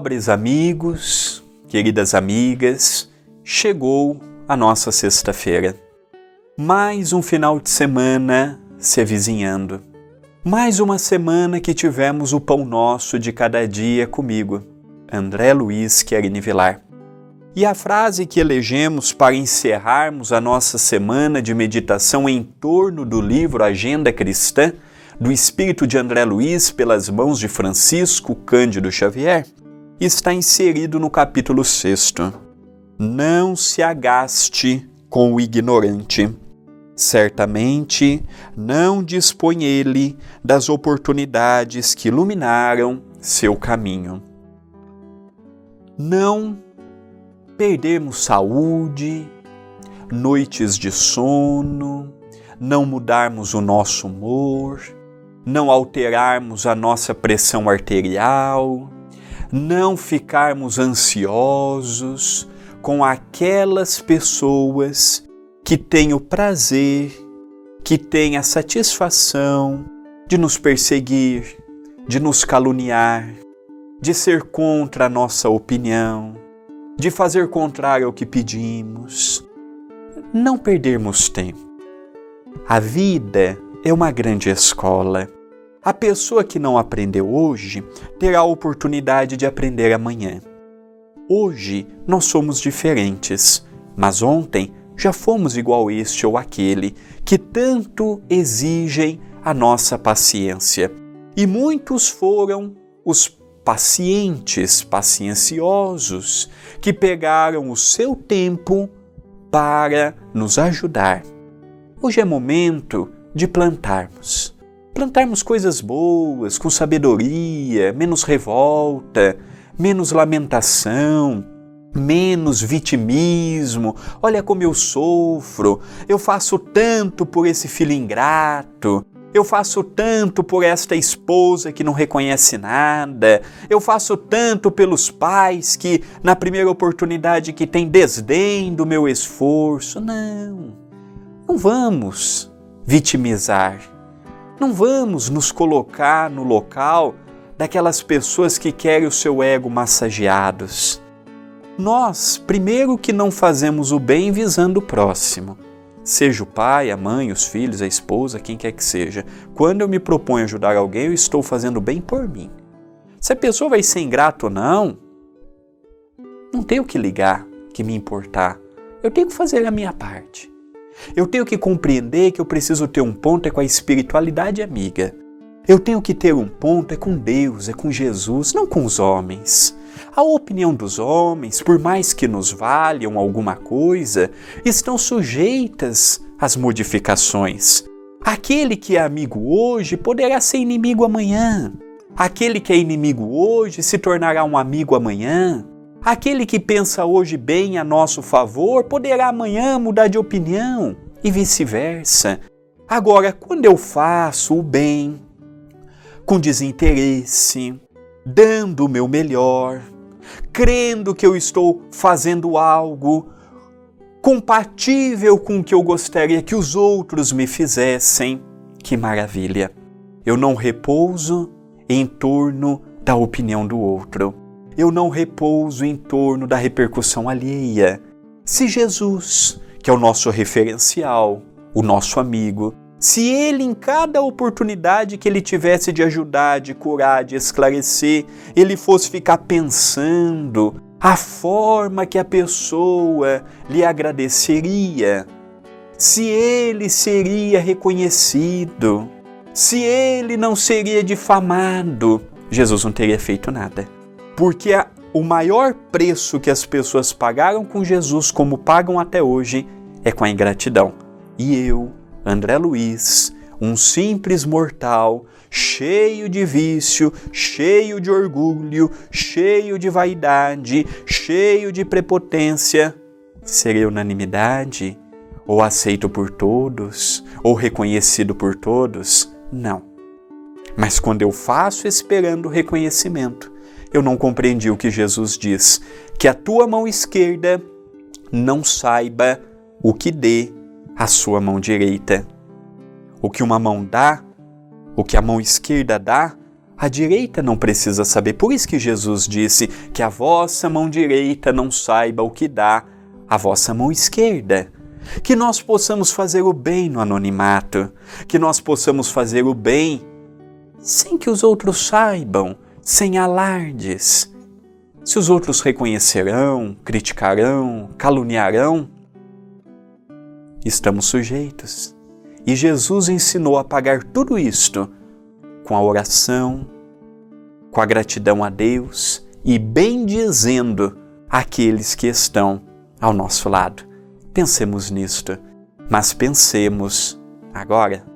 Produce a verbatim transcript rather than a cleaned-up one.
Nobres amigos, queridas amigas, chegou a nossa sexta-feira. Mais um final de semana se avizinhando. Mais uma semana que tivemos o pão nosso de cada dia comigo, André Luiz Querini Vilar. E a frase que elegemos para encerrarmos a nossa semana de meditação em torno do livro Agenda Cristã, do Espírito de André Luiz pelas mãos de Francisco Cândido Xavier, está inserido no capítulo sexto. Não se agaste com o ignorante. Certamente não dispõe ele das oportunidades que iluminaram seu caminho. Não perdermos saúde, noites de sono, não mudarmos o nosso humor, não alterarmos a nossa pressão arterial, não ficarmos ansiosos com aquelas pessoas que têm o prazer, que têm a satisfação de nos perseguir, de nos caluniar, de ser contra a nossa opinião, de fazer contrário ao que pedimos. Não perdermos tempo. A vida é uma grande escola. A pessoa que não aprendeu hoje terá a oportunidade de aprender amanhã. Hoje nós somos diferentes, mas ontem já fomos igual este ou aquele que tanto exigem a nossa paciência. E muitos foram os pacientes, pacienciosos, que pegaram o seu tempo para nos ajudar. Hoje é momento de plantarmos. Plantarmos coisas boas, com sabedoria, menos revolta, menos lamentação, menos vitimismo. Olha como eu sofro, eu faço tanto por esse filho ingrato, eu faço tanto por esta esposa que não reconhece nada, eu faço tanto pelos pais que, na primeira oportunidade que tem, desdém do meu esforço. Não, não vamos vitimizar. Não vamos nos colocar no local daquelas pessoas que querem o seu ego massageados. Nós, primeiro que não fazemos o bem visando o próximo, seja o pai, a mãe, os filhos, a esposa, quem quer que seja. Quando eu me proponho ajudar alguém, eu estou fazendo bem por mim. Se a pessoa vai ser ingrata ou não, não tenho que ligar, que me importar. Eu tenho que fazer a minha parte. Eu tenho que compreender que eu preciso ter um ponto é com a espiritualidade amiga. Eu tenho que ter um ponto é com Deus, é com Jesus, não com os homens. A opinião dos homens, por mais que nos valham alguma coisa, estão sujeitas às modificações. Aquele que é amigo hoje poderá ser inimigo amanhã. Aquele que é inimigo hoje se tornará um amigo amanhã. Aquele que pensa hoje bem a nosso favor poderá amanhã mudar de opinião e vice-versa. Agora, quando eu faço o bem com desinteresse, dando o meu melhor, crendo que eu estou fazendo algo compatível com o que eu gostaria que os outros me fizessem, que maravilha! Eu não repouso em torno da opinião do outro. Eu não repouso em torno da repercussão alheia. Se Jesus, que é o nosso referencial, o nosso amigo, se ele em cada oportunidade que ele tivesse de ajudar, de curar, de esclarecer, ele fosse ficar pensando a forma que a pessoa lhe agradeceria, se ele seria reconhecido, se ele não seria difamado, Jesus não teria feito nada. Porque a, o maior preço que as pessoas pagaram com Jesus, como pagam até hoje, é com a ingratidão. E eu, André Luiz, um simples mortal, cheio de vício, cheio de orgulho, cheio de vaidade, cheio de prepotência, serei unanimidade? Ou aceito por todos? Ou reconhecido por todos? Não. Mas quando eu faço esperando o reconhecimento, eu não compreendi o que Jesus diz, que a tua mão esquerda não saiba o que dê a sua mão direita. O que uma mão dá, o que a mão esquerda dá, A direita não precisa saber. Por isso que Jesus disse que a vossa mão direita não saiba o que dá a vossa mão esquerda. Que nós possamos fazer o bem no anonimato, que nós possamos fazer o bem sem que os outros saibam, sem alardes. Se os outros reconhecerão, criticarão, caluniarão, estamos sujeitos. E Jesus ensinou a pagar tudo isto com a oração, com a gratidão a Deus e bendizendo aqueles que estão ao nosso lado. Pensemos nisto, mas pensemos agora.